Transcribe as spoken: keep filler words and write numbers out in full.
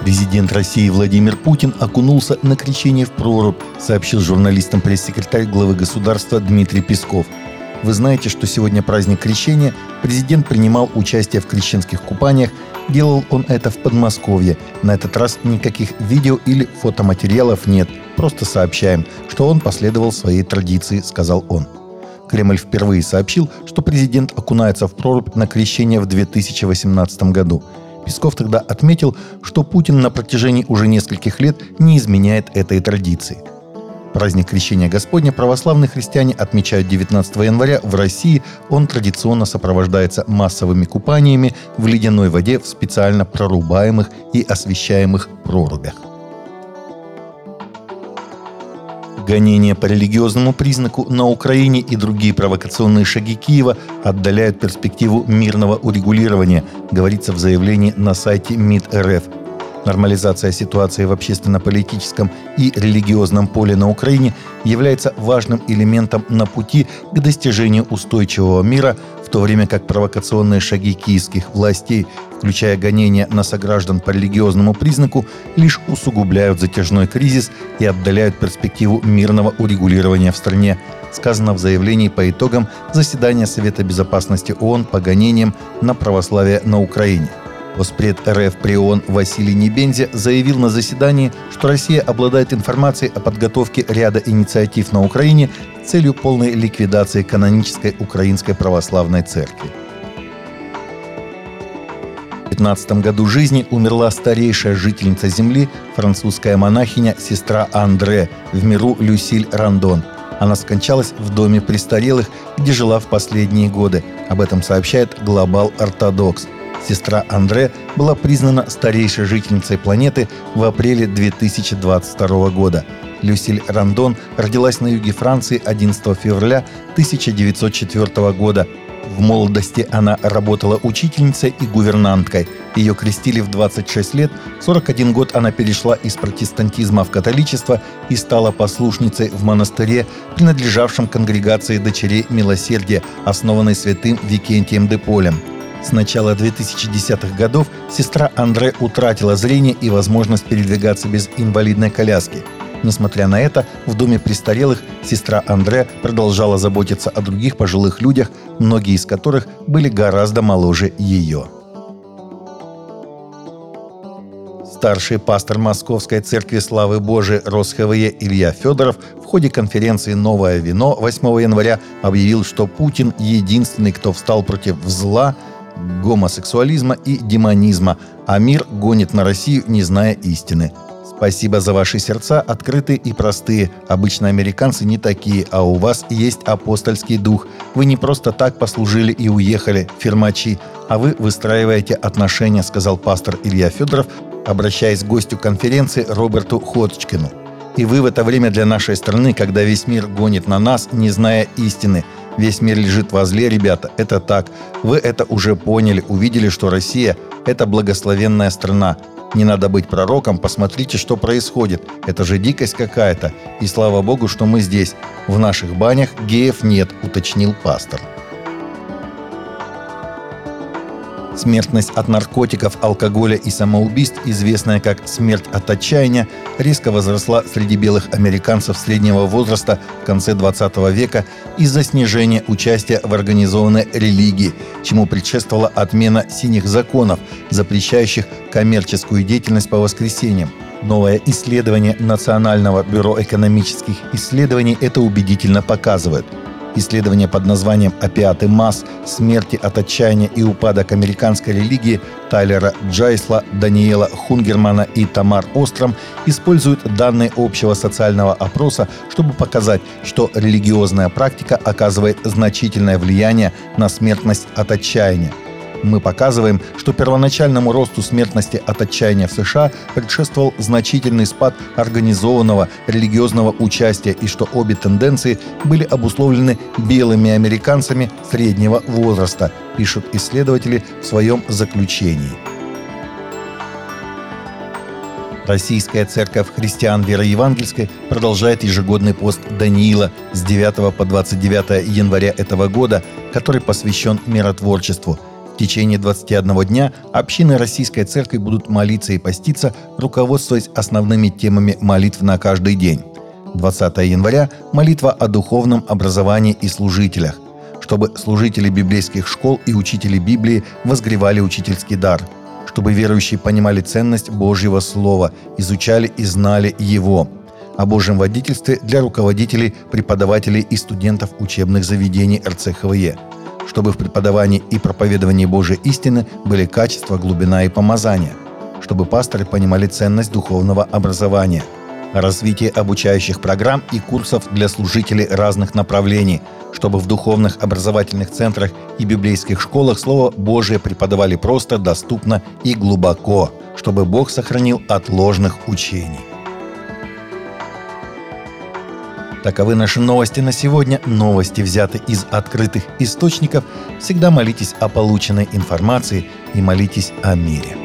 Президент России Владимир Путин окунулся на крещение в прорубь, сообщил журналистам пресс-секретарь главы государства Дмитрий Песков. Вы знаете, что сегодня праздник Крещения. Президент принимал участие в крещенских купаниях. Делал он это в Подмосковье. На этот раз никаких видео или фотоматериалов нет. Просто сообщаем, что он последовал своей традиции, сказал он. Кремль впервые сообщил, что президент окунается в прорубь на крещение в две тысячи восемнадцатом году. Песков тогда отметил, что Путин на протяжении уже нескольких лет не изменяет этой традиции. Праздник Крещения Господня православные христиане отмечают девятнадцатого января в России. Он традиционно сопровождается массовыми купаниями в ледяной воде в специально прорубаемых и освещаемых прорубях. Гонения по религиозному признаку на Украине и другие провокационные шаги Киева отдаляют перспективу мирного урегулирования, говорится в заявлении на сайте МИД РФ. Нормализация ситуации в общественно-политическом и религиозном поле на Украине является важным элементом на пути к достижению устойчивого мира, в то время как провокационные шаги киевских властей, включая гонения на сограждан по религиозному признаку, лишь усугубляют затяжной кризис и отдаляют перспективу мирного урегулирования в стране, сказано в заявлении по итогам заседания Совета безопасности ООН по гонениям на православие на Украине. Госпред РФ при ООН Василий Небензя заявил на заседании, что Россия обладает информацией о подготовке ряда инициатив на Украине с целью полной ликвидации канонической Украинской Православной Церкви. В пятнадцатом году жизни умерла старейшая жительница Земли, французская монахиня, сестра Андре, в миру Люсиль Рандон. Она скончалась в доме престарелых, где жила в последние годы. Об этом сообщает Global Orthodox. Сестра Андре была признана старейшей жительницей планеты в апреле две тысячи двадцать второго года. Люсиль Рандон родилась на юге Франции одиннадцатого февраля тысяча девятьсот четвёртого года. В молодости она работала учительницей и гувернанткой. Ее крестили в двадцать шесть лет. В сорок один год она перешла из протестантизма в католичество и стала послушницей в монастыре, принадлежавшем конгрегации дочерей милосердия, основанной святым Викентием де Полем. С начала две тысячи десятых годов сестра Андре утратила зрение и возможность передвигаться без инвалидной коляски. Несмотря на это, в доме престарелых сестра Андре продолжала заботиться о других пожилых людях, многие из которых были гораздо моложе ее. Старший пастор Московской Церкви Славы Божией РосХВЕ Илья Федоров в ходе конференции «Новое вино» восьмого января объявил, что Путин единственный, кто встал против зла, гомосексуализма и демонизма, а мир гонит на Россию, не зная истины. Спасибо за ваши сердца, открытые и простые. Обычно американцы не такие, а у вас есть апостольский дух. Вы не просто так послужили и уехали, фирмачи, а вы выстраиваете отношения, сказал пастор Илья Федоров, обращаясь к гостю конференции Роберту Ходжкину. И вы в это время для нашей страны, когда весь мир гонит на нас, не зная истины. Весь мир лежит во зле, ребята, это так. Вы это уже поняли, увидели, что Россия – это благословенная страна. Не надо быть пророком, посмотрите, что происходит. Это же дикость какая-то. И слава Богу, что мы здесь. В наших банях геев нет, уточнил пастор. Смертность от наркотиков, алкоголя и самоубийств, известная как смерть от отчаяния, резко возросла среди белых американцев среднего возраста в конце двадцатого века из-за снижения участия в организованной религии, чему предшествовала отмена синих законов, запрещающих коммерческую деятельность по воскресеньям. Новое исследование Национального бюро экономических исследований это убедительно показывает. Исследование под названием «Опиаты масс. Смерти от отчаяния и упадок американской религии» Тайлера Джайсла, Даниэла Хунгермана и Тамар Остром используют данные общего социального опроса, чтобы показать, что религиозная практика оказывает значительное влияние на смертность от отчаяния. Мы показываем, что первоначальному росту смертности от отчаяния в США предшествовал значительный спад организованного религиозного участия и что обе тенденции были обусловлены белыми американцами среднего возраста, пишут исследователи в своем заключении. Российская церковь христиан веры евангельской продолжает ежегодный пост Даниила с девятого по двадцать девятое января этого года, который посвящен миротворчеству. В В течение двадцати одного дня общины Российской Церкви будут молиться и поститься, руководствуясь основными темами молитв на каждый день. двадцатого января – молитва о духовном образовании и служителях, чтобы служители библейских школ и учители Библии возгревали учительский дар, чтобы верующие понимали ценность Божьего Слова, изучали и знали его, о Божьем водительстве для руководителей, преподавателей и студентов учебных заведений эр цэ ха вэ е, чтобы в преподавании и проповедовании Божьей истины были качество, глубина и помазание, чтобы пасторы понимали ценность духовного образования, развитие обучающих программ и курсов для служителей разных направлений, чтобы в духовных образовательных центрах и библейских школах Слово Божие преподавали просто, доступно и глубоко, чтобы Бог сохранил от ложных учений. Таковы наши новости на сегодня. Новости взяты из открытых источников. Всегда молитесь о полученной информации и молитесь о мире.